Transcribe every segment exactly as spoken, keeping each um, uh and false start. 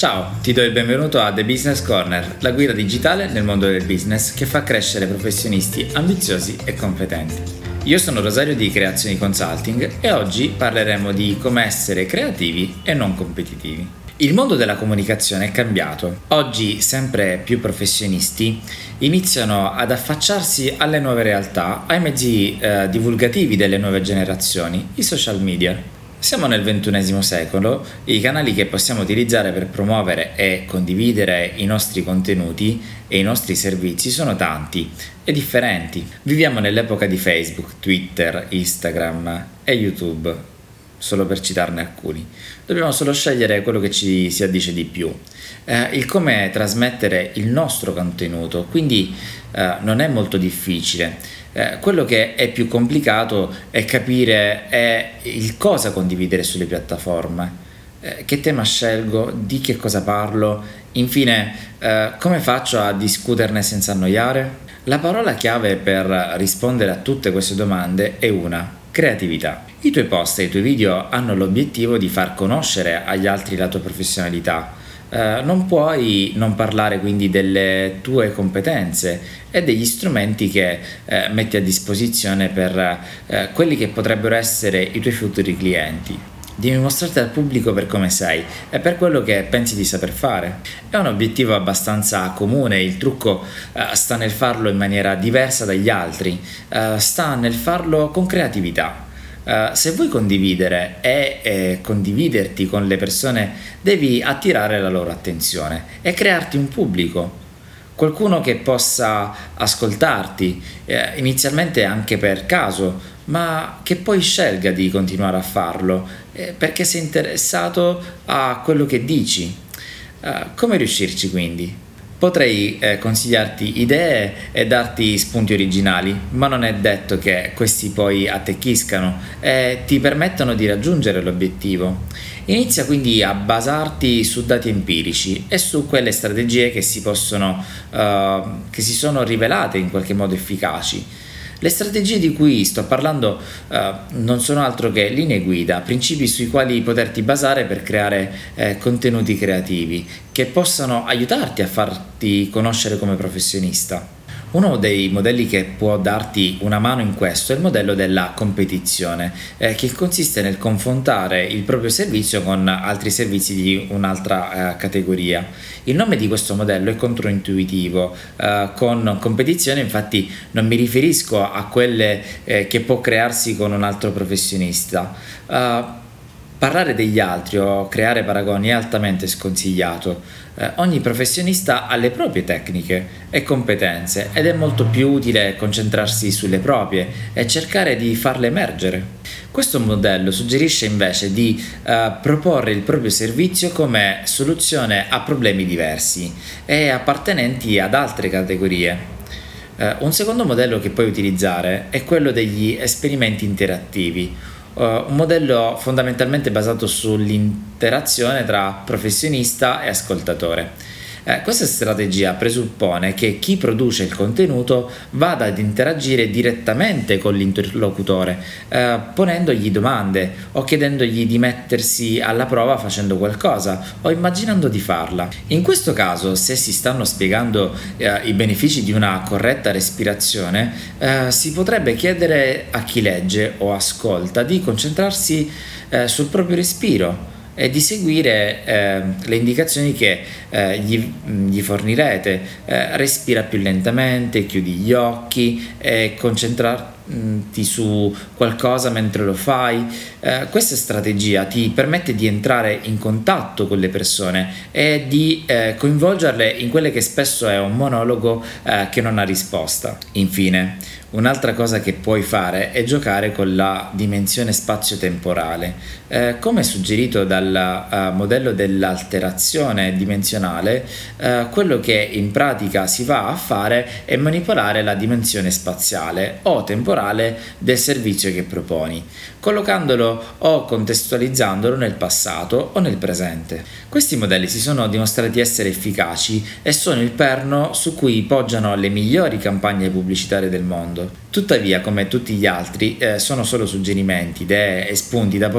Ciao, ti do il benvenuto a The Business Corner, la guida digitale nel mondo del business che fa crescere professionisti ambiziosi e competenti. Io sono Rosario di Creazioni Consulting e oggi parleremo di come essere creativi e non competitivi. Il mondo della comunicazione è cambiato. Oggi sempre più professionisti iniziano ad affacciarsi alle nuove realtà, ai mezzi eh, divulgativi delle nuove generazioni, i social media. Siamo nel ventunesimo secolo, i canali che possiamo utilizzare per promuovere e condividere i nostri contenuti e i nostri servizi sono tanti e differenti. Viviamo nell'epoca di Facebook, Twitter, Instagram e YouTube, solo per citarne alcuni. Dobbiamo solo scegliere quello che ci si addice di più. Eh, il come trasmettere il nostro contenuto, quindi eh, non è molto difficile. Eh, quello che è più complicato è capire è il cosa condividere sulle piattaforme, eh, che tema scelgo, di che cosa parlo, infine eh, come faccio a discuterne senza annoiare. La parola chiave per rispondere a tutte queste domande è una: creatività. I tuoi post e i tuoi video hanno l'obiettivo di far conoscere agli altri la tua professionalità. Uh, non puoi non parlare quindi delle tue competenze e degli strumenti che uh, metti a disposizione per uh, quelli che potrebbero essere i tuoi futuri clienti. Devi mostrarti al pubblico per come sei e per quello che pensi di saper fare. È un obiettivo abbastanza comune, il trucco uh, sta nel farlo in maniera diversa dagli altri, uh, sta nel farlo con creatività. Uh, se vuoi condividere e eh, condividerti con le persone, devi attirare la loro attenzione e crearti un pubblico, qualcuno che possa ascoltarti, eh, inizialmente anche per caso, ma che poi scelga di continuare a farlo eh, perché sei interessato a quello che dici. Uh, come riuscirci quindi? Potrei eh, consigliarti idee e darti spunti originali, ma non è detto che questi poi attecchiscano e ti permettano di raggiungere l'obiettivo. Inizia quindi a basarti su dati empirici e su quelle strategie che si possono, uh, che si sono rivelate in qualche modo efficaci. Le strategie di cui sto parlando uh, non sono altro che linee guida, principi sui quali poterti basare per creare eh, contenuti creativi che possano aiutarti a farti conoscere come professionista. Uno dei modelli che può darti una mano in questo è il modello della competizione, eh, che consiste nel confrontare il proprio servizio con altri servizi di un'altra eh, categoria. Il nome di questo modello è controintuitivo. Eh, con competizione infatti non mi riferisco a quelle eh, che può crearsi con un altro professionista. Eh, Parlare degli altri o creare paragoni è altamente sconsigliato. Eh, ogni professionista ha le proprie tecniche e competenze ed è molto più utile concentrarsi sulle proprie e cercare di farle emergere. Questo modello suggerisce invece di eh, proporre il proprio servizio come soluzione a problemi diversi e appartenenti ad altre categorie. Eh, un secondo modello che puoi utilizzare è quello degli esperimenti interattivi. Uh, un modello fondamentalmente basato sull'interazione tra professionista e ascoltatore. Eh, questa strategia presuppone che chi produce il contenuto vada ad interagire direttamente con l'interlocutore, eh, ponendogli domande o chiedendogli di mettersi alla prova facendo qualcosa o immaginando di farla. In questo caso, se si stanno spiegando eh, i benefici di una corretta respirazione, eh, si potrebbe chiedere a chi legge o ascolta di concentrarsi eh, sul proprio respiro e di seguire eh, le indicazioni che eh, gli, gli fornirete. Eh, respira più lentamente, chiudi gli occhi e concentrarti su qualcosa mentre lo fai. Eh, questa strategia ti permette di entrare in contatto con le persone e di eh, coinvolgerle in quelle che spesso è un monologo eh, che non ha risposta. Infine, un'altra cosa che puoi fare è giocare con la dimensione spazio-temporale. Eh, come suggerito dal uh, modello dell'alterazione dimensionale, uh, quello che in pratica si va a fare è manipolare la dimensione spaziale o temporale del servizio che proponi, collocandolo o contestualizzandolo nel passato o nel presente. Questi modelli si sono dimostrati essere efficaci e sono il perno su cui poggiano le migliori campagne pubblicitarie del mondo. Tuttavia, come tutti gli altri, eh, sono solo suggerimenti, idee e spunti da poter applicare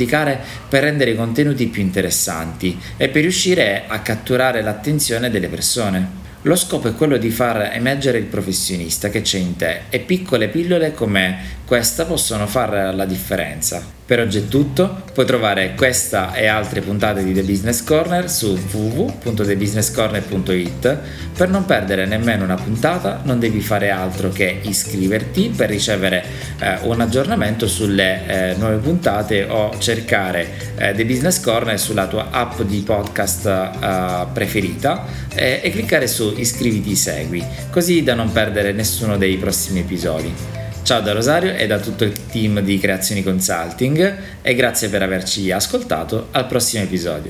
applicare per rendere i contenuti più interessanti e per riuscire a catturare l'attenzione delle persone. Lo scopo è quello di far emergere il professionista che c'è in te e piccole pillole come questa possono fare la differenza. Per oggi è tutto, puoi trovare questa e altre puntate di The Business Corner su w w w punto the business corner punto i t. Per non perdere nemmeno una puntata non devi fare altro che iscriverti per ricevere eh, un aggiornamento sulle eh, nuove puntate o cercare eh, The Business Corner sulla tua app di podcast eh, preferita eh, e cliccare su iscriviti segui, così da non perdere nessuno dei prossimi episodi. Ciao da Rosario e da tutto il team di Creazioni Consulting e grazie per averci ascoltato. Al prossimo episodio.